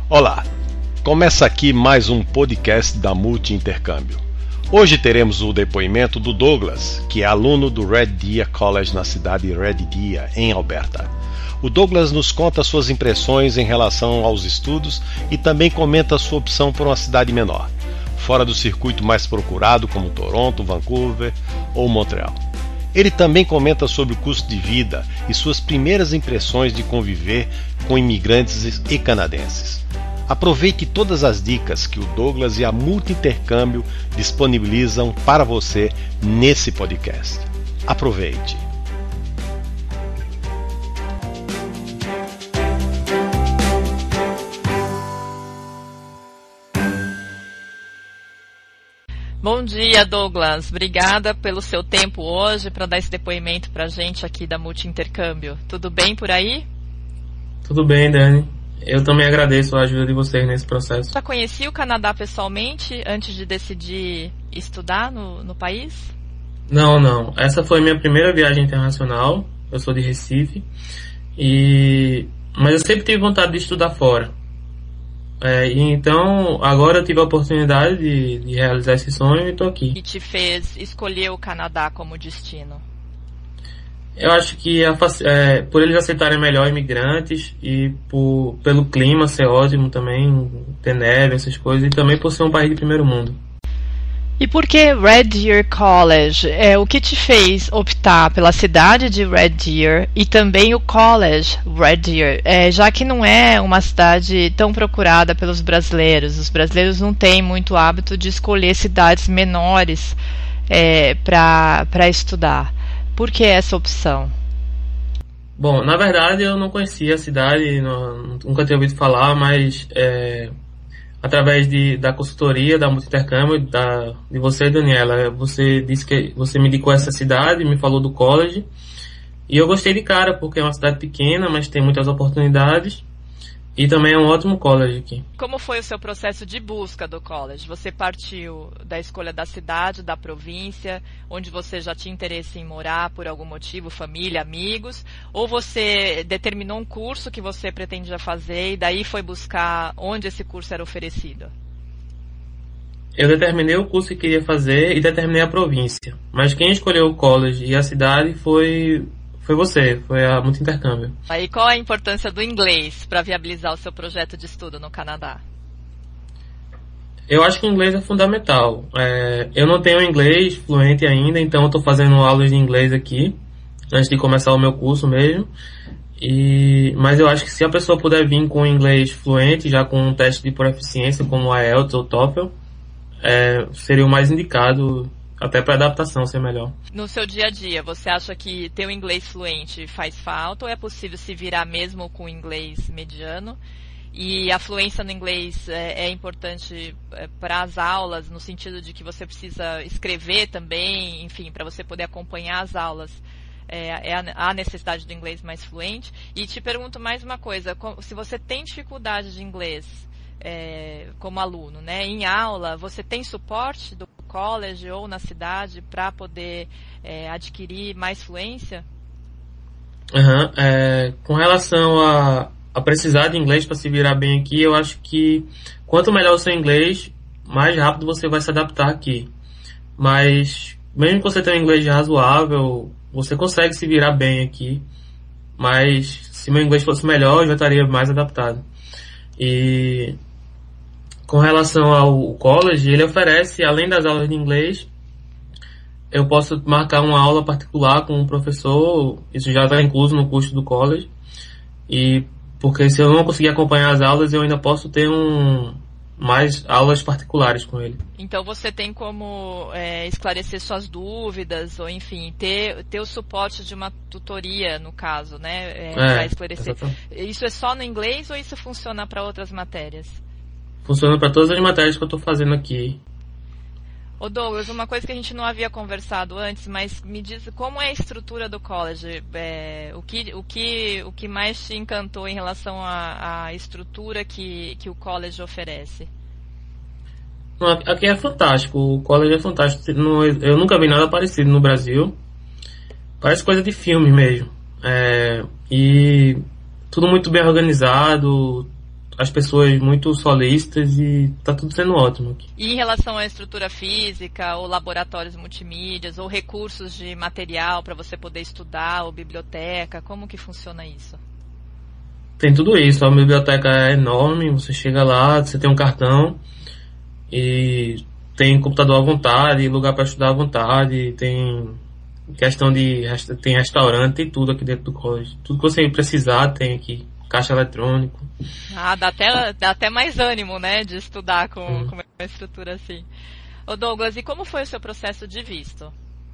Olá, começa aqui mais um podcast da Multi Intercâmbio. Hoje teremos o depoimento do Douglas, que é aluno do Red Deer College na cidade de Red Deer, em Alberta. O Douglas nos conta suas impressões em relação aos estudos e também comenta sua opção por uma cidade menor, fora do circuito mais procurado como Toronto, Vancouver ou Montreal. Ele também comenta sobre o custo de vida e suas primeiras impressões de conviver com imigrantes e canadenses. Aproveite todas as dicas que o Douglas e a Multi Intercâmbio disponibilizam para você nesse podcast. Aproveite! Bom dia, Douglas. Obrigada pelo seu tempo hoje para dar esse depoimento para a gente aqui da Multi Intercâmbio. Tudo bem por aí? Tudo bem, Dani. Eu também agradeço a ajuda de vocês nesse processo. Já conhecia o Canadá pessoalmente antes de decidir estudar no país? Não. Essa foi minha primeira viagem internacional. Eu sou de Recife. Mas eu sempre tive vontade de estudar fora. Então, agora eu tive a oportunidade de realizar esse sonho e estou aqui. O que te fez escolher o Canadá como destino? Eu acho que por eles aceitarem melhor imigrantes e pelo clima ser ótimo também, ter neve, essas coisas, e também por ser um país de primeiro mundo. E por que Red Deer College? O que te fez optar pela cidade de Red Deer e também o College Red Deer, já que não é uma cidade tão procurada pelos brasileiros? Os brasileiros não têm muito hábito de escolher cidades menores para estudar. Por que essa opção? Bom, na verdade eu não conhecia a cidade, nunca tinha ouvido falar, mas através da consultoria da Multi Intercâmbio, de você, Daniela, você disse que você me indicou essa cidade, me falou do college, e eu gostei de cara, porque é uma cidade pequena, mas tem muitas oportunidades, e também é um ótimo college aqui. Como foi o seu processo de busca do college? Você partiu da escolha da cidade, da província, onde você já tinha interesse em morar por algum motivo, família, amigos, ou você determinou um curso que você pretendia fazer e daí foi buscar onde esse curso era oferecido? Eu determinei o curso que queria fazer e determinei a província, mas quem escolheu o college e a cidade foi a Multi Intercâmbio. Aí qual a importância do inglês para viabilizar o seu projeto de estudo no Canadá? Eu acho que o inglês é fundamental. Eu não tenho inglês fluente ainda, então eu estou fazendo aulas de inglês aqui, antes de começar o meu curso mesmo. Mas eu acho que se a pessoa puder vir com inglês fluente, já com um teste de proficiência, como o IELTS ou TOEFL, seria o mais indicado, até para adaptação ser melhor. No seu dia a dia, você acha que ter o inglês fluente faz falta ou é possível se virar mesmo com o inglês mediano? E a fluência no inglês é importante para as aulas, no sentido de que você precisa escrever também, enfim, para você poder acompanhar as aulas. A necessidade do inglês mais fluente. E te pergunto mais uma coisa, se você tem dificuldade de inglês como aluno, né, em aula, você tem suporte do college ou na cidade para poder adquirir mais fluência? Com relação a precisar de inglês para se virar bem aqui, eu acho que quanto melhor o seu inglês, mais rápido você vai se adaptar aqui. Mas mesmo que você tenha um inglês razoável, você consegue se virar bem aqui. Mas se meu inglês fosse melhor, eu já estaria mais adaptado. E com relação ao college, ele oferece, além das aulas de inglês, eu posso marcar uma aula particular com um professor, isso já está incluso no custo do college, porque se eu não conseguir acompanhar as aulas, eu ainda posso ter mais aulas particulares com ele. Então você tem como esclarecer suas dúvidas, ou enfim, ter o suporte de uma tutoria, no caso, né, para esclarecer. Exatamente. Isso é só no inglês ou isso funciona para outras matérias? Funciona para todas as matérias que eu estou fazendo aqui. Ô Douglas, uma coisa que a gente não havia conversado antes, mas me diz como é a estrutura do college, o que mais te encantou em relação à estrutura que o college oferece? Aqui é fantástico, o college é fantástico, eu nunca vi nada parecido no Brasil, parece coisa de filme mesmo, e tudo muito bem organizado, as pessoas muito solícitas e tá tudo sendo ótimo aqui. E em relação à estrutura física, ou laboratórios multimídias, ou recursos de material para você poder estudar, ou biblioteca, como que funciona isso? Tem tudo isso, a biblioteca é enorme, você chega lá, você tem um cartão e tem computador à vontade, lugar para estudar à vontade, tem questão de tem restaurante, tem tudo aqui dentro do college. Tudo que você precisar tem aqui. Caixa eletrônico. Dá até mais ânimo, né, de estudar com uma estrutura assim. Ô Douglas, e como foi o seu processo de visto?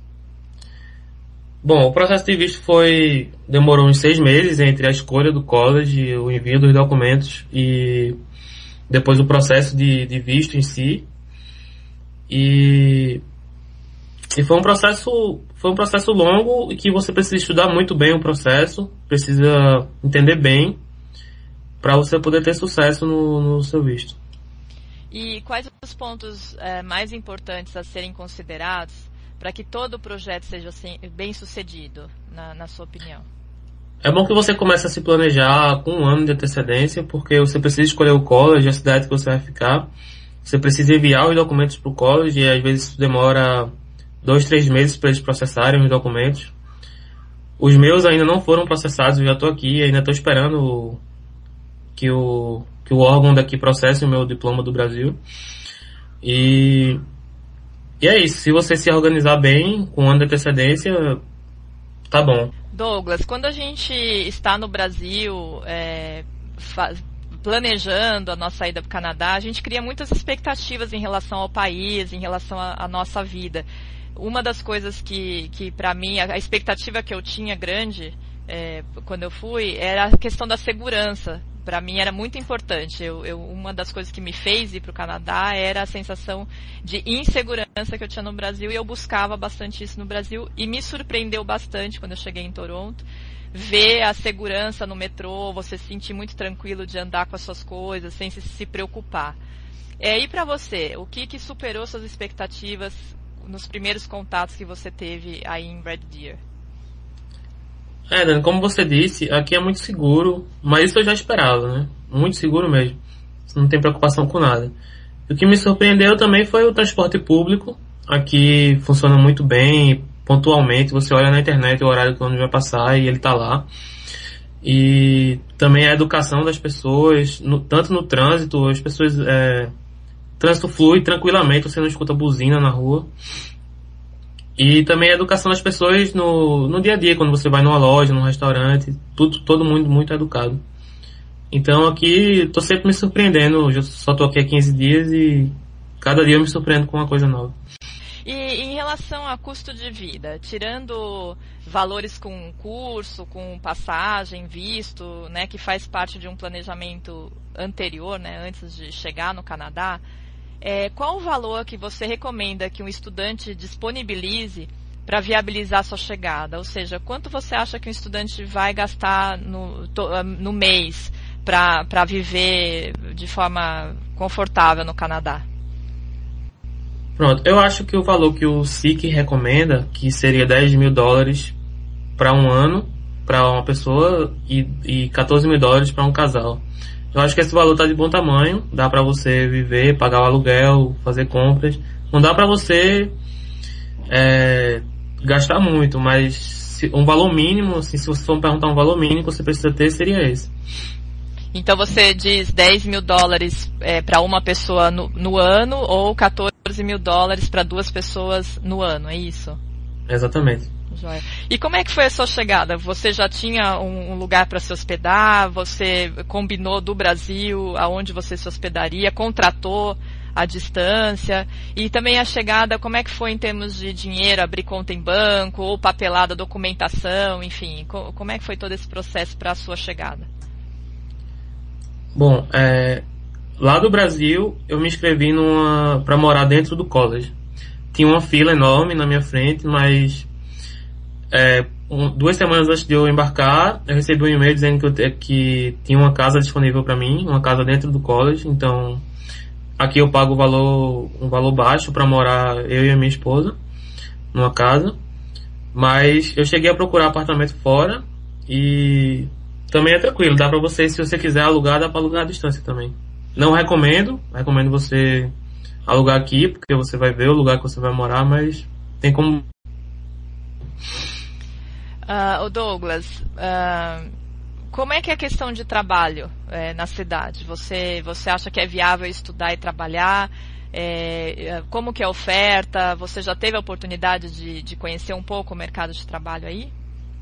Bom, o processo de visto demorou uns 6 meses entre a escolha do college, o envio dos documentos e depois o processo de visto em si. E foi um processo longo e que você precisa estudar muito bem o processo, precisa entender bem para você poder ter sucesso no seu visto. E quais os pontos mais importantes a serem considerados para que todo o projeto seja assim, bem sucedido, na sua opinião? É bom que você comece a se planejar com 1 ano de antecedência, porque você precisa escolher o college, a cidade que você vai ficar. Você precisa enviar os documentos para o college e às vezes isso demora 2, 3 meses para eles processarem os documentos. Os meus ainda não foram processados, eu já estou aqui, ainda estou esperando que o órgão daqui processe o meu diploma do Brasil. E é isso, se você se organizar bem, com 1 ano de antecedência, tá bom. Douglas, quando a gente está no Brasil, planejando a nossa saída para o Canadá, a gente cria muitas expectativas em relação ao país, em relação à nossa vida. Uma das coisas que para mim, a expectativa que eu tinha grande quando eu fui, era a questão da segurança. Para mim era muito importante. Uma das coisas que me fez ir para o Canadá era a sensação de insegurança que eu tinha no Brasil, e eu buscava bastante isso no Brasil, e me surpreendeu bastante quando eu cheguei em Toronto, ver a segurança no metrô, você se sentir muito tranquilo de andar com as suas coisas, sem se preocupar. E para você, o que superou suas expectativas nos primeiros contatos que você teve aí em Red Deer? Dani, como você disse, aqui é muito seguro, mas isso eu já esperava, né? Muito seguro mesmo. Você não tem preocupação com nada. O que me surpreendeu também foi o transporte público. Aqui funciona muito bem, pontualmente. Você olha na internet o horário que o ônibus vai passar e ele tá lá. E também a educação das pessoas, tanto no trânsito, as pessoas... trânsito flui tranquilamente, você não escuta buzina na rua. E também a educação das pessoas no dia a dia, quando você vai numa loja, num restaurante, todo mundo muito educado. Então aqui, tô sempre me surpreendendo, eu só tô aqui há 15 dias e cada dia eu me surpreendo com uma coisa nova. E em relação a custo de vida, tirando valores com curso, com passagem, visto, né, que faz parte de um planejamento anterior, né, antes de chegar no Canadá, qual o valor que você recomenda que um estudante disponibilize para viabilizar a sua chegada? Ou seja, quanto você acha que um estudante vai gastar no mês para viver de forma confortável no Canadá? Pronto, eu acho que o valor que o SIC recomenda, que seria $10.000 para um ano, para uma pessoa, e $14.000 para um casal. Eu acho que esse valor tá de bom tamanho, dá pra você viver, pagar o aluguel, fazer compras. Não dá pra você gastar muito, mas um valor mínimo, assim, se você for me perguntar um valor mínimo que você precisa ter, seria esse. Então você diz $10.000 para uma pessoa no ano, ou $14.000 para 2 pessoas no ano, é isso? Exatamente. Joia. E como é que foi a sua chegada? Você já tinha um lugar para se hospedar? Você combinou do Brasil aonde você se hospedaria? Contratou à distância? E também a chegada, como é que foi em termos de dinheiro? Abrir conta em banco ou papelada, documentação, enfim. Como é que foi todo esse processo para a sua chegada? Bom, lá do Brasil eu me inscrevi para morar dentro do college. Tinha uma fila enorme na minha frente, mas 2 semanas antes de eu embarcar, eu recebi um e-mail dizendo que tinha uma casa disponível para mim, uma casa dentro do college. Então aqui eu pago um valor baixo para morar eu e a minha esposa numa casa, mas eu cheguei a procurar apartamento fora e também é tranquilo, dá pra você, se você quiser alugar, dá pra alugar à distância também. Não recomendo você alugar aqui, porque você vai ver o lugar que você vai morar, mas tem como... O Douglas, como é que é a questão de trabalho na cidade? Você acha que é viável estudar e trabalhar? Como que é a oferta? Você já teve a oportunidade de conhecer um pouco o mercado de trabalho aí?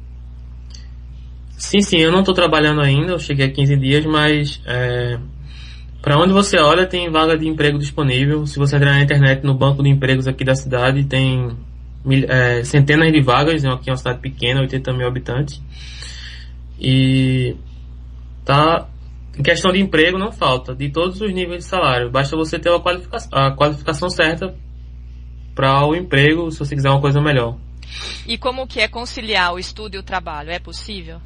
Sim, eu não estou trabalhando ainda, eu cheguei há 15 dias, mas para onde você olha tem vaga de emprego disponível. Se você entrar na internet, no banco de empregos aqui da cidade, tem centenas de vagas. Aqui é uma cidade pequena, 80 mil habitantes. E tá, em questão de emprego não falta, de todos os níveis de salário. Basta você ter a qualificação certa para o emprego, se você quiser uma coisa melhor. E como que é conciliar o estudo e o trabalho? É possível?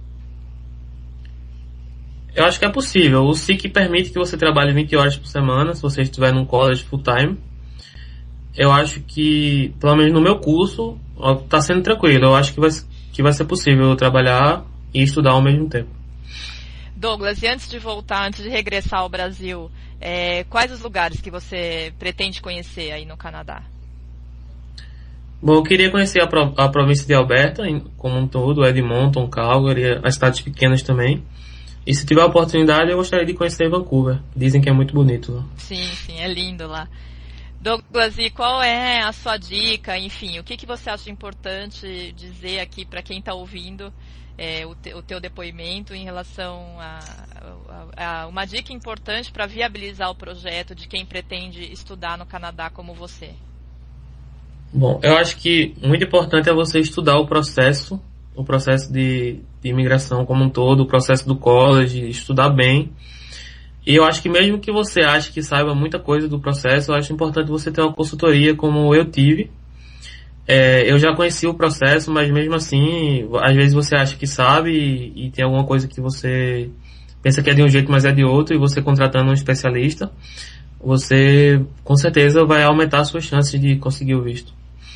Eu acho que é possível. O SIC permite que você trabalhe 20 horas por semana, se você estiver num college full time. Eu acho que, pelo menos no meu curso, está sendo tranquilo. Eu acho que vai ser possível trabalhar e estudar ao mesmo tempo. Douglas, e antes de regressar ao Brasil, quais os lugares que você pretende conhecer aí no Canadá? Bom, eu queria conhecer a província de Alberta como um todo, Edmonton, Calgary, as cidades pequenas também. E se tiver a oportunidade, eu gostaria de conhecer Vancouver. Dizem que é muito bonito lá. Sim, é lindo lá. Douglas, e qual é a sua dica, enfim, o que você acha importante dizer aqui para quem está ouvindo o teu depoimento em relação a uma dica importante para viabilizar o projeto de quem pretende estudar no Canadá como você? Bom, eu acho que muito importante é você estudar o processo de imigração como um todo, o processo do college, estudar bem. E eu acho que mesmo que você ache que saiba muita coisa do processo, eu acho importante você ter uma consultoria como eu tive. Eu já conheci o processo, mas mesmo assim, às vezes você acha que sabe e tem alguma coisa que você pensa que é de um jeito, mas é de outro, e você contratando um especialista, você com certeza vai aumentar as suas chances de conseguir o visto.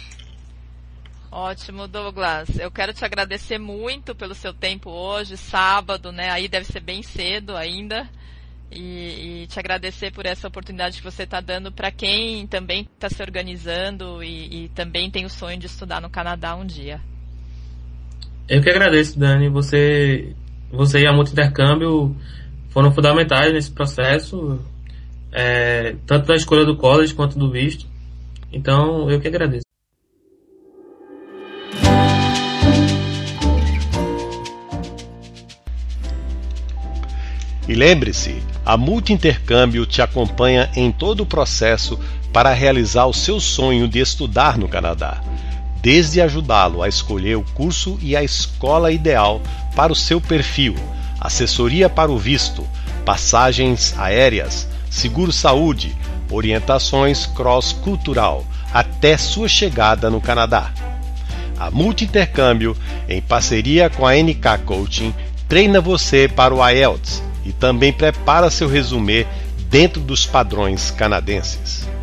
Ótimo, Douglas. Eu quero te agradecer muito pelo seu tempo hoje, sábado, né? Aí deve ser bem cedo ainda. E te agradecer por essa oportunidade que você está dando para quem também está se organizando e também tem o sonho de estudar no Canadá um dia. Eu que agradeço, Dani. Você e a Multi Intercâmbio foram fundamentais nesse processo, tanto na escolha do college quanto do visto. Então, eu que agradeço. E lembre-se, a Multi Intercâmbio te acompanha em todo o processo para realizar o seu sonho de estudar no Canadá, desde ajudá-lo a escolher o curso e a escola ideal para o seu perfil, assessoria para o visto, passagens aéreas, seguro-saúde, orientações cross-cultural, até sua chegada no Canadá. A Multi Intercâmbio, em parceria com a NK Coaching, treina você para o IELTS e também prepara seu resumê dentro dos padrões canadenses.